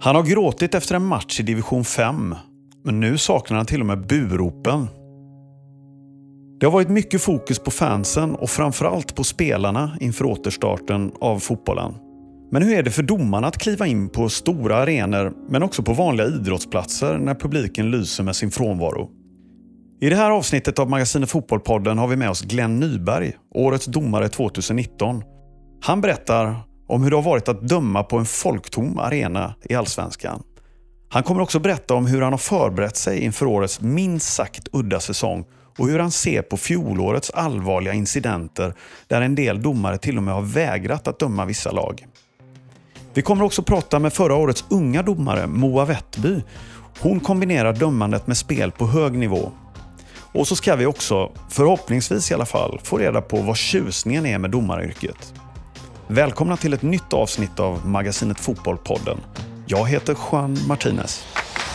Han har gråtit efter en match i division 5, men nu saknar han till och med buropen. Det har varit mycket fokus på fansen och framförallt på spelarna inför återstarten av fotbollen. Men hur är det för domarna att kliva in på stora arenor men också på vanliga idrottsplatser när publiken lyser med sin frånvaro? I det här avsnittet av Magasinet Fotbollpodden har vi med oss Glenn Nyberg, årets domare 2019. Han berättar om hur det har varit att döma på en folktom arena i Allsvenskan. Han kommer också berätta om hur han har förberett sig inför årets minst sagt udda säsong och hur han ser på fjolårets allvarliga incidenter där en del domare till och med har vägrat att döma vissa lag. Vi kommer också prata med förra årets unga domare Moa Wettby. Hon kombinerar dömandet med spel på hög nivå. Och så ska vi också, förhoppningsvis i alla fall, få reda på vad tjusningen är med domaryrket. Välkomna till ett nytt avsnitt av Magasinet Fotbollpodden. Jag heter Juan Martinez.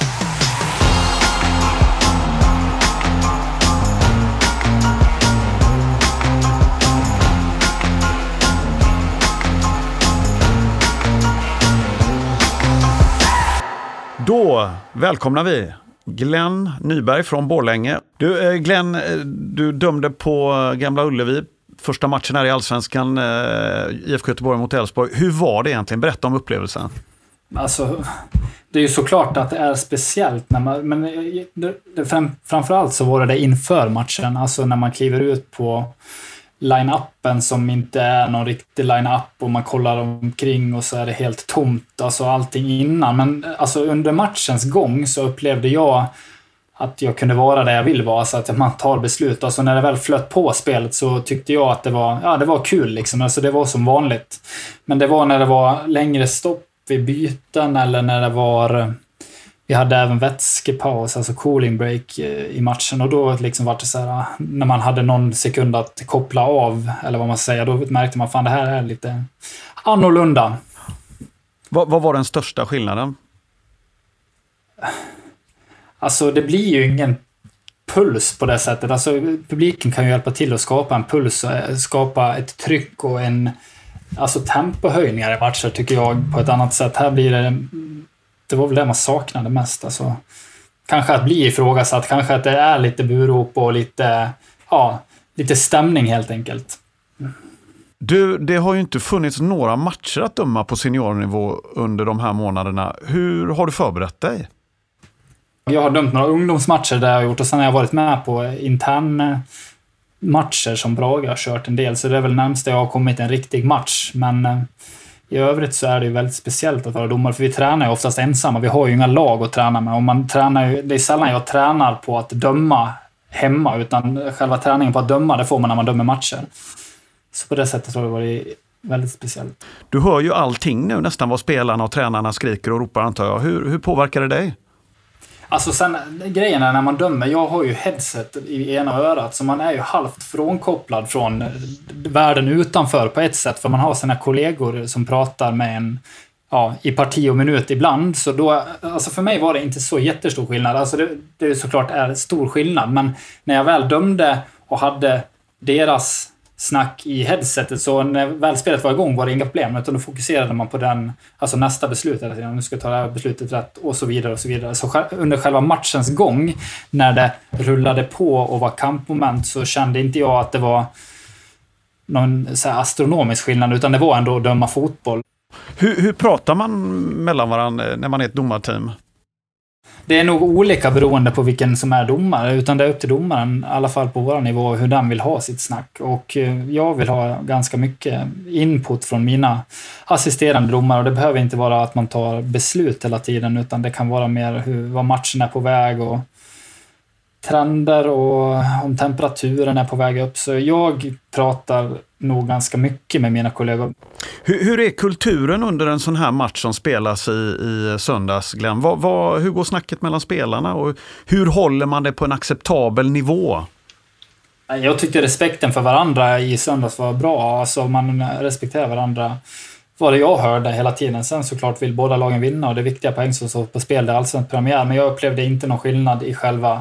Då välkomnar vi Glenn Nyberg från Borlänge. Du, Glenn, du dömde på Gamla Ullevi första matchen här i Allsvenskan, IFK Göteborg mot Elfsborg. Hur var det egentligen? Berätta om upplevelsen. Alltså, det är ju såklart att det är speciellt när man, men framförallt så var det inför matchen, alltså när man kliver ut på line-upen som inte är någon riktig line-up och man kollar omkring och så är det helt tomt, alltså allting innan. Men alltså under matchens gång så upplevde jag att jag kunde vara där jag vill vara, så att man tar beslut. Alltså när det väl flöt på spelet så tyckte jag att det var kul liksom, alltså det var som vanligt. Men det var när det var längre stopp vid byten eller när det var, vi hade även vätskepaus, alltså cooling break i matchen, och då liksom var det så här, när man hade någon sekund att koppla av eller vad man säger, då märkte man fan det här är lite annorlunda. Vad var den största skillnaden? Alltså det blir ju ingen puls på det sättet. Alltså publiken kan ju hjälpa till att skapa en puls och skapa ett tryck och alltså tempohöjningar i matcher tycker jag på ett annat sätt. Här blir det var väl det man saknade mest. Alltså, kanske att bli ifrågasatt, kanske att det är lite burop och lite stämning helt enkelt. Du, det har ju inte funnits några matcher att döma på seniornivå under de här månaderna. Hur har du förberett dig? Jag har dömt några ungdomsmatcher där jag har gjort, och sen har jag varit med på intern matcher som Braga har kört en del, så det är väl närmast jag har kommit en riktig match. Men i övrigt så är det ju väldigt speciellt att vara domare, för vi tränar ju oftast ensamma, vi har ju inga lag att träna med, och man tränar ju, det är sällan jag tränar på att döma hemma, utan själva träningen på att döma, det får man när man dömer matcher. Så på det sättet har det varit väldigt speciellt. Du hör ju allting nu, nästan vad spelarna och tränarna skriker och ropar, antar jag. Hur påverkar det dig? Alltså sen, grejen är när man dömer, jag har ju headset i ena örat, så man är ju halvt frånkopplad från världen utanför på ett sätt, för man har sina kollegor som pratar med en i parti och minut ibland, så då, alltså för mig var det inte så jättestor skillnad. Alltså det såklart är stor skillnad, men när jag väl dömde och hade deras snack i headsetet, så när väl spelet var igång var det inga problem, utan då fokuserade man på den, alltså nästa beslut, eller nu ska jag ta det här beslutet rätt, och så vidare och så vidare. Så under själva matchens gång, när det rullade på och var kampmoment, så kände inte jag att det var någon så här astronomisk skillnad, utan det var ändå att döma fotboll. Hur pratar man mellan varandra när man är ett domarteam? Det är nog olika beroende på vilken som är domare, utan det är upp till domaren, i alla fall på vår nivå, hur den vill ha sitt snack. Och jag vill ha ganska mycket input från mina assisterande domare, och det behöver inte vara att man tar beslut hela tiden, utan det kan vara mer vad matchen är på väg och trender och om temperaturen är på väg upp. Så jag pratar nog ganska mycket med mina kollegor. Hur är kulturen under en sån här match som spelas i söndags, Glenn? Hur går snacket mellan spelarna och hur håller man det på en acceptabel nivå? Jag tyckte respekten för varandra i söndags var bra. Alltså man respekterar varandra, vad det jag hörde hela tiden. Sen såklart vill båda lagen vinna, och det är viktiga poäng som står på spel. Det är allsvensk premiär, men jag upplevde inte någon skillnad i själva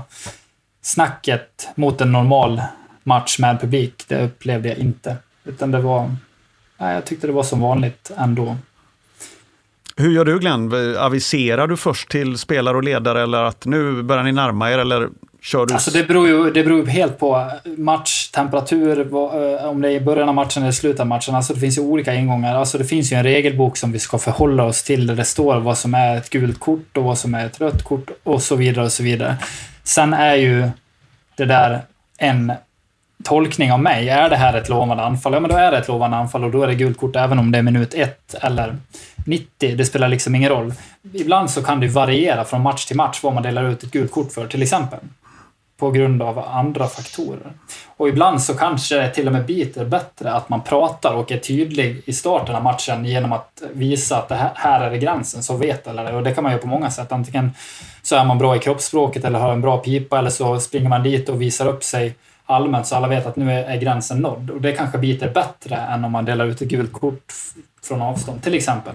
snacket mot en normal match med publik. Det upplevde jag inte. Utan det var, jag tyckte det var som vanligt ändå. Hur gör du, Glenn? Aviserar du först till spelare och ledare eller att nu börjar ni närma er, eller kör du? Alltså det beror ju helt på matchtemperatur, om det är i början av matchen eller slutet av matchen. Alltså det finns ju olika ingångar. Alltså det finns ju en regelbok som vi ska förhålla oss till där det står vad som är ett gult kort och vad som är ett rött kort och så vidare och så vidare. Sen är ju det där en tolkning av mig. Är det här ett lovande anfall? Ja, men då är det ett lovande anfall och då är det gult kort även om det är minut 1 eller 90. Det spelar liksom ingen roll. Ibland så kan det variera från match till match vad man delar ut ett gult kort för, till exempel. På grund av andra faktorer. Och ibland så kanske det till och med biter bättre att man pratar och är tydlig i starten av matchen genom att visa att det här är det gränsen, så vet alla det. Och det kan man göra på många sätt. Antingen så är man bra i kroppsspråket eller har en bra pipa, eller så springer man dit och visar upp sig allmänt så alla vet att nu är gränsen nådd. Och det kanske biter bättre än om man delar ut ett gult kort från avstånd, till exempel.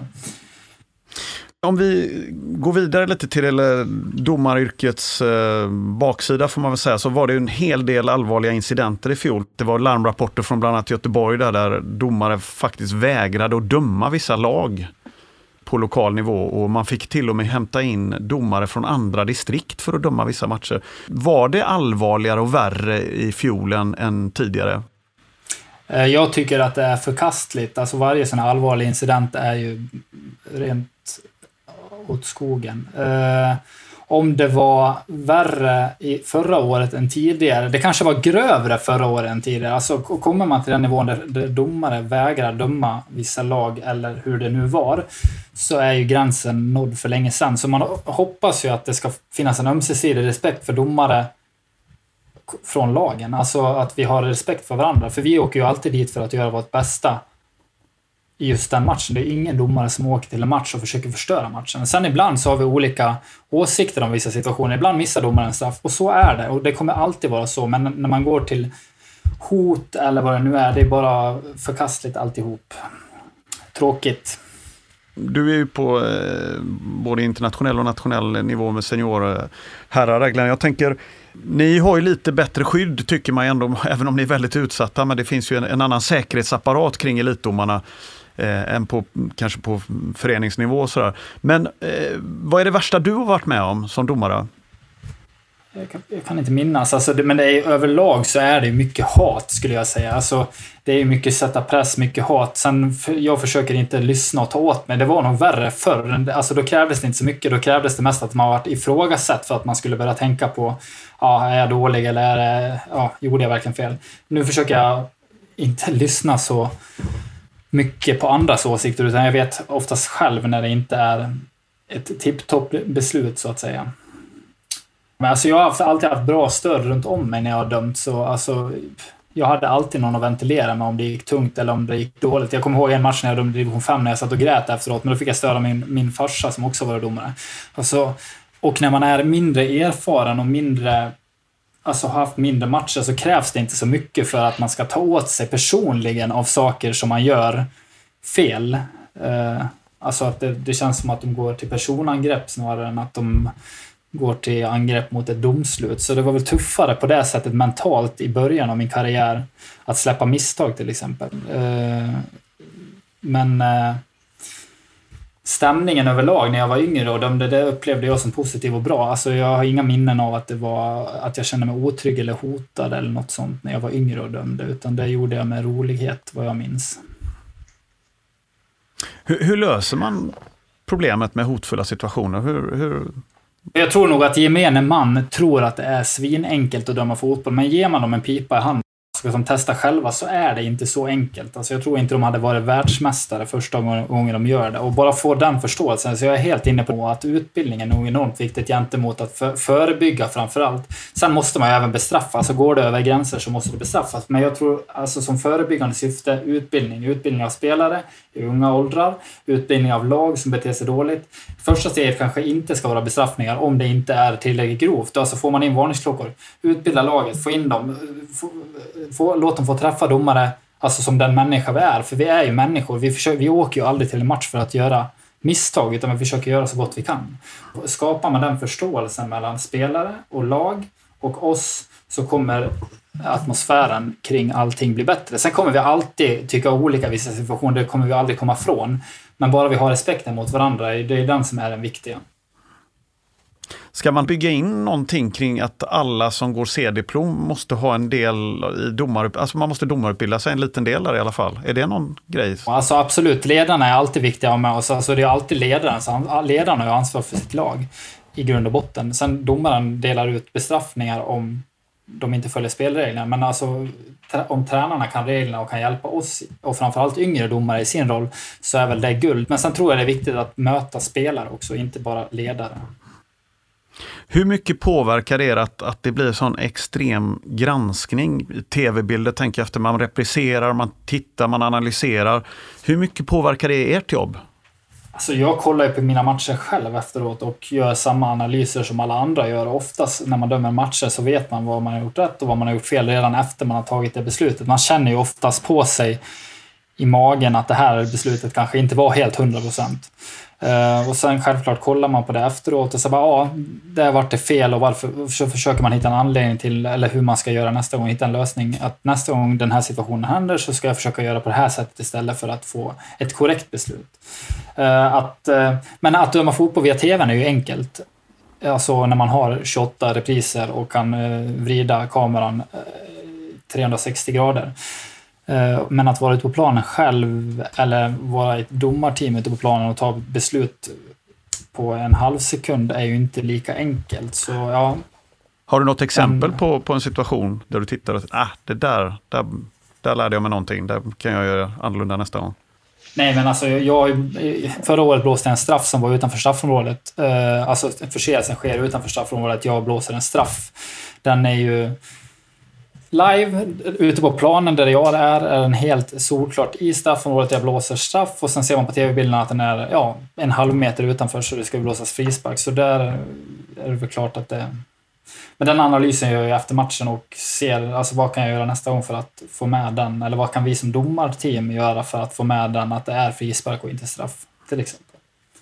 Om vi går vidare lite till domaryrkets baksida får man väl säga, så var det en hel del allvarliga incidenter i fjol. Det var larmrapporter från bland annat Göteborg där domare faktiskt vägrade att döma vissa lag på lokal nivå, och man fick till och med hämta in domare från andra distrikt för att döma vissa matcher. Var det allvarligare och värre i fjol än tidigare? Jag tycker att det är förkastligt. Alltså varje sån här allvarlig incident är ju rent åt skogen. Om det var värre i förra året än tidigare, det kanske var grövre förra året än tidigare. Alltså kommer man till den nivån där domare vägrar döma vissa lag eller hur det nu var, så är ju gränsen nådd för länge sedan. Så man hoppas ju att det ska finnas en ömsesidig respekt för domare från lagen. Alltså att vi har respekt för varandra. För vi åker ju alltid dit för att göra vårt bästa i just den matchen. Det är ingen domare som åker till en match och försöker förstöra matchen. Sen ibland så har vi olika åsikter om vissa situationer. Ibland missar domaren straff, och så är det. Och det kommer alltid vara så. Men när man går till hot eller vad det nu är, det är bara förkastligt alltihop. Tråkigt. Du är ju på både internationell och nationell nivå med seniorherrar, Glenn. Jag tänker, ni har ju lite bättre skydd tycker man ändå, även om ni är väldigt utsatta, men det finns ju en annan säkerhetsapparat kring elitdomarna än kanske på föreningsnivå och sådär. Men vad är det värsta du har varit med om som domare? Jag kan inte minnas. Alltså, men det är, överlag så är det mycket hat skulle jag säga. Alltså, det är mycket sätta press, mycket hat. Sen jag försöker inte lyssna och ta åt mig. Det var nog värre förr. Alltså, då krävdes det inte så mycket. Då krävdes det mest att man varit ifrågasatt för att man skulle börja tänka på är jag dålig eller gjorde jag verkligen fel? Nu försöker jag inte lyssna så mycket på andras åsikter, utan jag vet oftast själv när det inte är ett tipptopp beslut så att säga. Men alltså jag har alltid haft bra stöd runt om mig när jag har dömt, så alltså, jag hade alltid någon att ventilera med om det gick tungt eller om det gick dåligt. Jag kommer ihåg en match när jag dömde division 5 när jag satt och grät efteråt, men då fick jag stöd av min farsa som också var domare. Alltså, och när man är mindre erfaren och har haft mindre matcher, så krävs det inte så mycket för att man ska ta åt sig personligen av saker som man gör fel. Alltså att det känns som att de går till personangrepp snarare än att de går till angrepp mot ett domslut. Så det var väl tuffare på det sättet mentalt i början av min karriär att släppa misstag till exempel. Men stämningen överlag när jag var yngre och dömde, det upplevde jag som positiv och bra. Alltså jag har inga minnen av att det var att jag kände mig otrygg eller hotad eller något sånt när jag var yngre och dömde, utan det gjorde jag med rolighet vad jag minns. Hur löser man problemet med hotfulla situationer? Hur... Jag tror nog att gemene man tror att det är svinenkelt att döma fotboll, men ger man dem en pipa i handen ska de testa själva, så är det inte så enkelt. Alltså jag tror inte de hade varit världsmästare första gången de gör det, och bara få den förståelsen. Så jag är helt inne på att utbildningen är nog enormt viktigt gentemot att förebygga framförallt. Sen måste man ju även bestraffa, alltså går det över gränser så måste det bestraffas. Men jag tror alltså som förebyggande syfte utbildning av spelare i unga åldrar, utbildning av lag som beter sig dåligt. Första steget kanske inte ska vara bestraffningar om det inte är tillräckligt grovt. Alltså får man in varningsklockor, utbilda laget, få in dem, låt dem få träffa domare alltså som den människa vi är. För vi är ju människor. Vi åker ju aldrig till en match för att göra misstag, utan vi försöker göra så gott vi kan. Skapar man den förståelsen mellan spelare och lag och oss, så kommer atmosfären kring allting bli bättre. Sen kommer vi alltid tycka olika vissa situationer, det kommer vi aldrig komma från. Men bara vi har respekten mot varandra, det är den som är den viktiga. Ska man bygga in någonting kring att alla som går C-diplom måste ha en del i alltså man måste domarutbilda sig en liten del där i alla fall? Är det någon grej? Alltså absolut, ledarna är alltid viktiga med oss. Alltså det är alltid ledaren, så ledaren har ansvar för sitt lag i grund och botten. Sen domaren delar ut bestraffningar om de inte följer spelreglerna. Men alltså om tränarna kan reglerna och kan hjälpa oss och framförallt yngre domare i sin roll, så är väl det guld. Men sen tror jag det är viktigt att möta spelare också, inte bara ledare. Hur mycket påverkar det att det blir sån extrem granskning? TV-bilder tänker jag efter, man repriserar, man tittar, man analyserar. Hur mycket påverkar det ert jobb? Alltså jag kollar ju på mina matcher själv efteråt och gör samma analyser som alla andra gör. Oftast när man dömer matcher så vet man vad man har gjort rätt och vad man har gjort fel redan efter man har tagit det beslutet. Man känner ju oftast på sig i magen att det här beslutet kanske inte var helt 100%. Och sen självklart kollar man på det efteråt och så bara, ja, det har varit det fel och varför, så försöker man hitta en anledning till, eller hur man ska göra nästa gång, hitta en lösning. Att nästa gång den här situationen händer så ska jag försöka göra på det här sättet istället för att få ett korrekt beslut. Men att döma fotboll via tvn är ju enkelt. Alltså när man har 28 repriser och kan vrida kameran 360 grader. Men att vara ute på planen själv eller vara ett domarteam ute på planen och ta beslut på en halv sekund är ju inte lika enkelt. Så, ja. Har du något exempel på en situation där du tittar och det där lärde jag mig någonting, där kan jag göra annorlunda nästa gång? Nej, men alltså förra året blåste en straff som var utanför straffområdet. Alltså förseelsen sker utanför straffområdet, jag blåser en straff. Den är ju live, ute på planen där jag är den helt solklart i straffområdet, jag blåser straff och sen ser man på tv-bilderna att den är en halv meter utanför så det ska blåsas frispark. Så där är det väl klart att det... Men den analysen gör jag efter matchen och ser alltså, vad kan jag göra nästa gång för att få med den, eller vad kan vi som domarteam göra för att få med den att det är frispark och inte straff till exempel.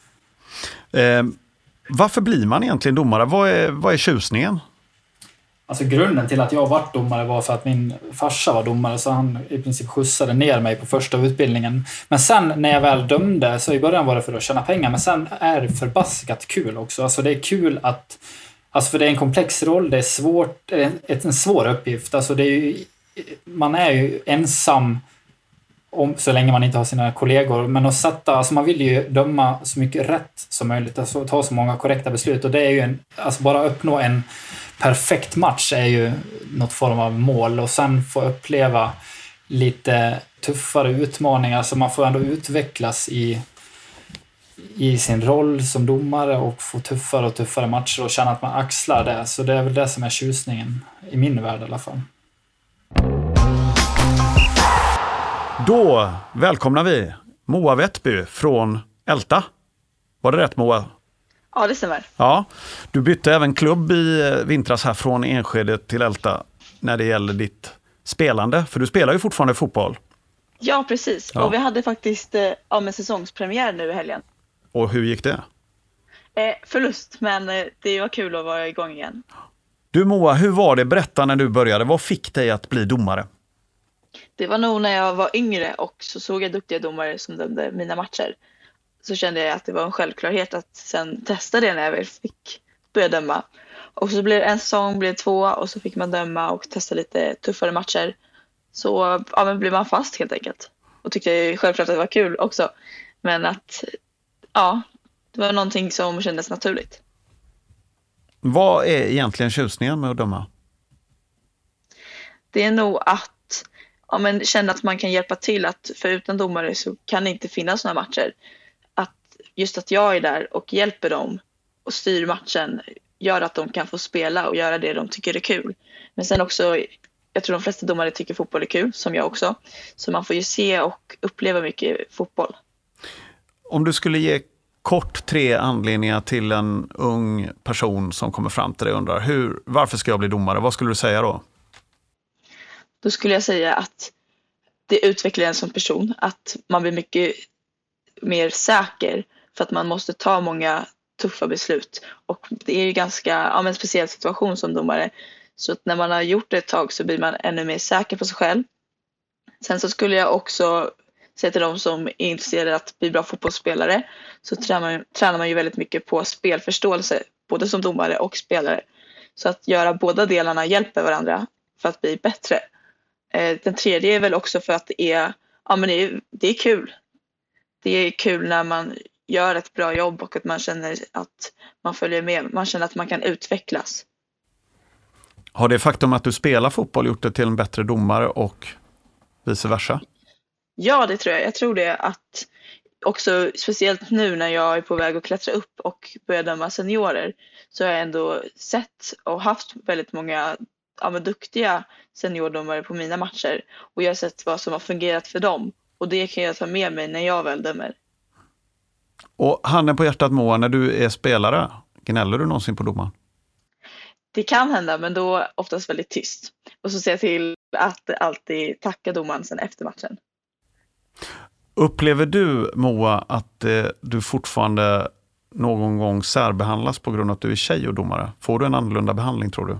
Varför blir man egentligen domare? Vad är tjusningen? Alltså grunden till att jag varit domare var för att min farsa var domare, så han i princip skjutsade ner mig på första utbildningen. Men sen när jag väl dömde, så i början var det för att tjäna pengar, men sen är det förbaskat kul också. Alltså det är kul att, alltså för det är en komplex roll, det är svårt, en svår uppgift. Alltså det är ju, man är ju ensam så länge man inte har sina kollegor, men att sätta, alltså man vill ju döma så mycket rätt som möjligt, alltså ta så många korrekta beslut, och det är ju alltså bara uppnå en perfekt match är ju något form av mål, och sen få uppleva lite tuffare utmaningar, så man får ändå utvecklas i sin roll som domare och få tuffare och tuffare matcher och känna att man axlar det. Så det är väl det som är tjusningen i min värld i alla fall. Då välkomnar vi Moa Wettby från Älta. Var det rätt, Moa? Ja, det stämmer. Ja, du bytte även klubb i vintras här från Enskede till Älta när det gäller ditt spelande. För du spelar ju fortfarande fotboll. Ja, precis. Ja. Och vi hade faktiskt en säsongspremiär nu i helgen. Och hur gick det? Förlust, men det var kul att vara igång igen. Du Moa, hur var det? Berätta när du började. Vad fick dig att bli domare? Det var nog när jag var yngre och så såg jag duktiga domare som dömde mina matcher. Så kände jag att det var en självklarhet att sen testa det när jag väl fick börja döma. Och så blev det en säsong, blev 2 och så fick man döma och testa lite tuffare matcher. Så men blev man fast helt enkelt. Och tyckte jag självklart att det var kul också. Men att det var någonting som kändes naturligt. Vad är egentligen tjusningen med att döma? Det är nog att känna att man kan hjälpa till, att för utan domare så kan det inte finnas några matcher. Just att jag är där och hjälper dem och styr matchen gör att de kan få spela och göra det de tycker är kul. Men sen också, jag tror de flesta domare tycker fotboll är kul, som jag också. Så man får ju se och uppleva mycket fotboll. Om du skulle ge kort 3 anledningar till en ung person som kommer fram till dig och undrar, varför ska jag bli domare? Vad skulle du säga då? Då skulle jag säga att det utvecklar en som person. Att man blir mycket mer säker för att man måste ta många tuffa beslut. Och det är ju ganska en speciell situation som domare. Så att när man har gjort det ett tag så blir man ännu mer säker på sig själv. Sen så skulle jag också säger till de som är intresserade att bli bra fotbollsspelare, så tränar man ju väldigt mycket på spelförståelse, både som domare och spelare. Så att göra båda delarna hjälper varandra för att bli bättre. Den tredje är väl också för att det är kul. Det är kul när man gör ett bra jobb och att man känner att man följer med. Man känner att man kan utvecklas. Har det faktum att du spelar fotboll gjort dig till en bättre domare och vice versa? Ja, det tror jag. Jag tror det, att också speciellt nu när jag är på väg att klättra upp och börja döma seniorer, så har jag ändå sett och haft väldigt många duktiga seniordomare på mina matcher. Och jag har sett vad som har fungerat för dem. Och det kan jag ta med mig när jag väl dömer. Och handen på hjärtat, Moa, när du är spelare, gnäller du någonsin på domaren? Det kan hända, men då oftast väldigt tyst. Och så ser jag till att alltid tacka domaren sen efter matchen. Upplever du, Moa, att du fortfarande någon gång särbehandlas på grund av att du är tjej och domare? Får du en annorlunda behandling, tror du?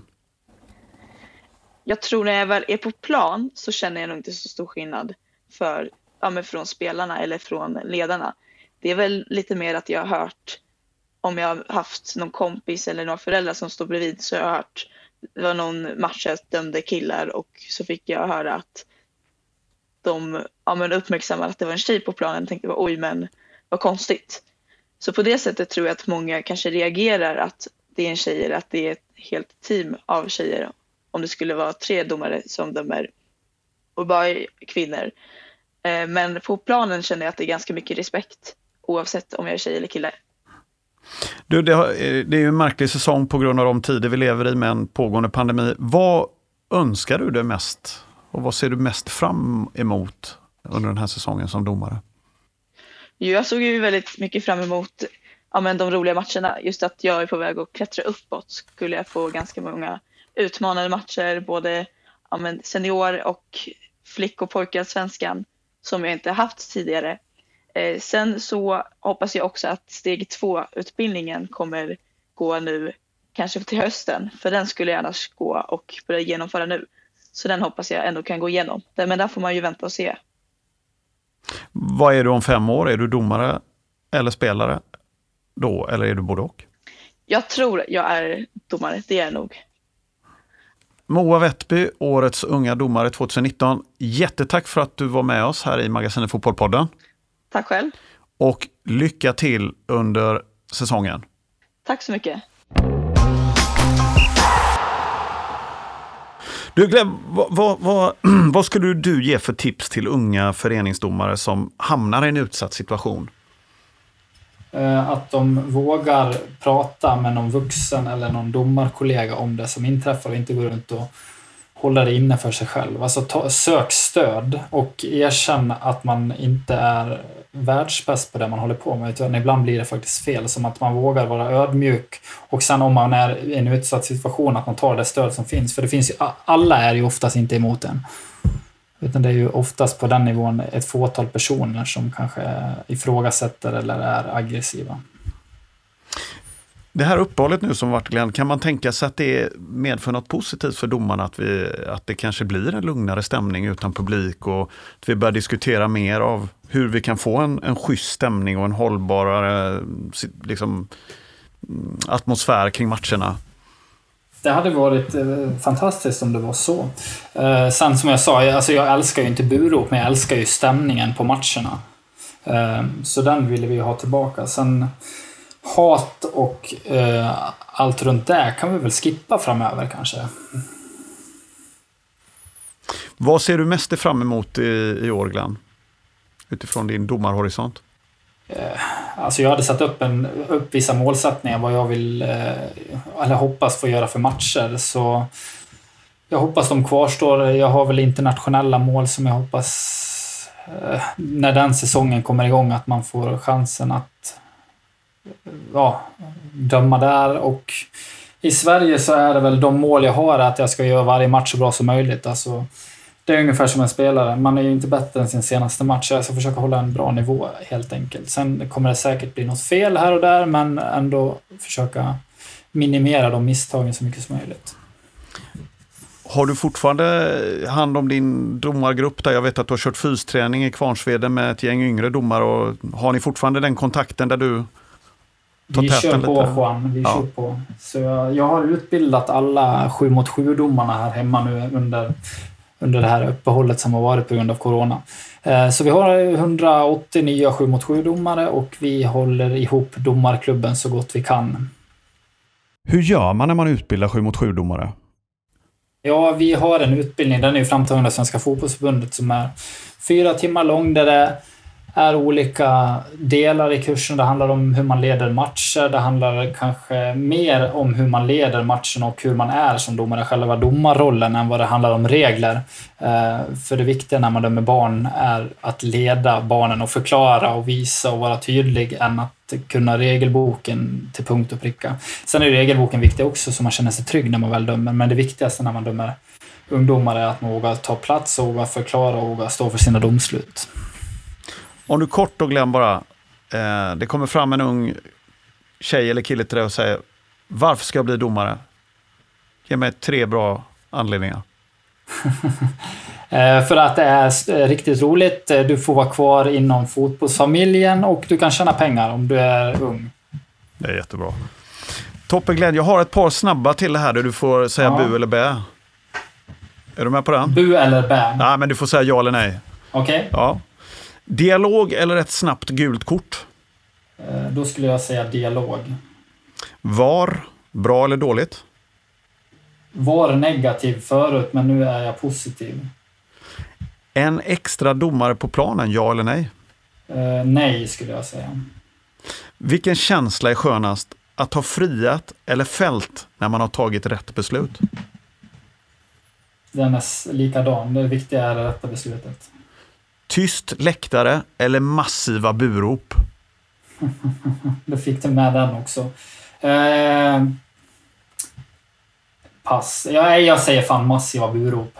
Jag tror när jag väl är på plan så känner jag nog inte så stor skillnad från spelarna eller från ledarna. Det är väl lite mer att jag har hört, om jag har haft någon kompis eller några föräldrar som står bredvid, så jag har hört, det var någon match jag dömde killar och så fick jag höra att de uppmärksammade att det var en tjej på planen och tänkte, oj men vad konstigt. Så på det sättet tror jag att många kanske reagerar att det är en tjej eller att det är ett helt team av tjejer. Om det skulle vara 3 domare som dömer och bara kvinnor. Men på planen känner jag att det är ganska mycket respekt oavsett om jag är tjej eller kille. Du, det är ju en märklig säsong på grund av de tider vi lever i med en pågående pandemi. Vad önskar du dig mest och vad ser du mest fram emot under den här säsongen som domare? Jag såg ju väldigt mycket fram emot de roliga matcherna. Just att jag är på väg att klättra uppåt skulle jag få ganska många utmanande matcher, både senior och flick- och pojkarsvenskan som jag inte haft tidigare. Sen så hoppas jag också att steg 2-utbildningen kommer gå nu, kanske till hösten, för den skulle jag annars gå och börja genomföra nu. Så den hoppas jag ändå kan gå igenom. Men där får man ju vänta och se. Vad är du om 5 år? Är du domare eller spelare då, eller är du både och? Jag tror jag är domare, det är jag nog. Moa Wettby, årets unga domare 2019. Jättetack för att du var med oss här i Magasinet Fotbollpodden. Tack själv. Och lycka till under säsongen. Tack så mycket. Du, Glenn, vad skulle du ge för tips till unga föreningsdomare som hamnar i en utsatt situation? Att de vågar prata med någon vuxen eller någon domarkollega om det som inträffar och inte går runt och hålla det inne för sig själv. Alltså sök stöd och erkänn att man inte är världsbäst på det man håller på med. Utan ibland blir det faktiskt fel, som att man vågar vara ödmjuk och sen om man är i en utsatt situation att man tar det stöd som finns. För det finns ju, alla är ju oftast inte emot en. Utan det är ju oftast på den nivån ett fåtal personer som kanske ifrågasätter eller är aggressiva. Det här uppehållet nu som varit, Glenn, kan man tänka sig att det medför något positivt för domarna, att det kanske blir en lugnare stämning utan publik och att vi börjar diskutera mer av hur vi kan få en schysst stämning och en hållbarare atmosfär kring matcherna? Det hade varit fantastiskt om det var så. Sen som jag sa, alltså jag älskar ju inte burop, men jag älskar ju stämningen på matcherna. Så den ville vi ju ha tillbaka. Sen hat och allt runt det kan vi väl skippa framöver kanske. Vad ser du mest fram emot i år, Glenn? Utifrån din domarhorisont? Alltså jag hade satt upp vissa målsättningar vad jag vill eller hoppas få göra för matcher, så jag hoppas de kvarstår. Jag har väl internationella mål som jag hoppas när den säsongen kommer igång att man får chansen att döma där, och i Sverige så är det väl de mål jag har att jag ska göra varje match så bra som möjligt. Alltså, det är ungefär som en spelare. Man är ju inte bättre än sin senaste match. Jag ska försöka hålla en bra nivå helt enkelt. Sen kommer det säkert bli något fel här och där, men ändå försöka minimera de misstagen så mycket som möjligt. Har du fortfarande hand om din domargrupp där? Jag vet att du har kört fysträning i Kvarnsveden med ett gäng yngre domare. Och har ni fortfarande den kontakten där du tar vi kör på lite? Juan, vi kör på. Så jag har utbildat alla 7-mot-7-domarna här hemma nu under det här uppehållet som har varit på grund av corona. Så vi har 180 nya 7-mot-7-domare och vi håller ihop domarklubben så gott vi kan. Hur gör man när man utbildar 7-mot-7-domare? Ja, vi har en utbildning, den är ju framtagen av Svenska fotbollsförbundet, som är 4 timmar lång, där det är olika delar i kursen. Det handlar om hur man leder matcher, det handlar kanske mer om hur man leder matchen och hur man är som domare, själva domarrollen, än vad det handlar om regler. För det viktiga när man dömer barn är att leda barnen och förklara och visa och vara tydlig, än att kunna regelboken till punkt och pricka. Sen är regelboken viktig också, så man känner sig trygg när man väl dömer, men det viktigaste när man dömer ungdomar är att man vågar ta plats och våga förklara och våga stå för sina domslut. Om du kort och glöm bara, det kommer fram en ung tjej eller kille till dig och säger: varför ska jag bli domare? Ge mig 3 bra anledningar. För att det är riktigt roligt, du får vara kvar inom fotbollsfamiljen och du kan tjäna pengar om du är ung. Det är jättebra. Toppen Glenn, jag har ett par snabba till det här där du får säga bu eller bä. Är du med på den? Bu eller bä? Nej, men du får säga ja eller nej. Okej. Ja. Dialog eller ett snabbt gult kort? Då skulle jag säga dialog. Var, bra eller dåligt? Var negativ förut, men nu är jag positiv. En extra domare på planen, ja eller nej? Nej, skulle jag säga. Vilken känsla är skönast? Att ha friat eller fällt när man har tagit rätt beslut? Den är likadan. Det viktiga är det rätta beslutet. Tyst läktare eller massiva burop? Du fick du med den också. Pass. Jag säger fan massiva burop.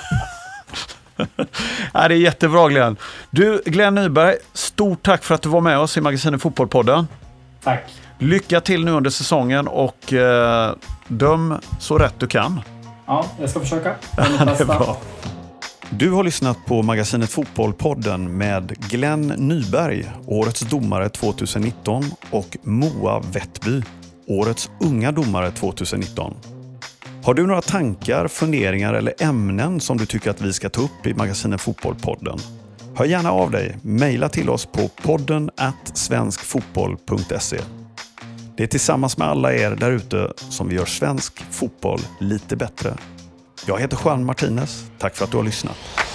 Ja, det är jättebra Glenn. Du, Glenn Nyberg, stort tack för att du var med oss i Magasinet Fotbollpodden. Tack. Lycka till nu under säsongen och döm så rätt du kan. Ja, jag ska försöka. Det är bra. Du har lyssnat på Magasinet Fotbollpodden med Glenn Nyberg, årets domare 2019, och Moa Wettby, årets unga domare 2019. Har du några tankar, funderingar eller ämnen som du tycker att vi ska ta upp i Magasinet Fotbollpodden? Hör gärna av dig. Maila till oss på podden@svenskfotboll.se. Det är tillsammans med alla er där ute som vi gör svensk fotboll lite bättre. Jag heter Juan Martinez. Tack för att du har lyssnat.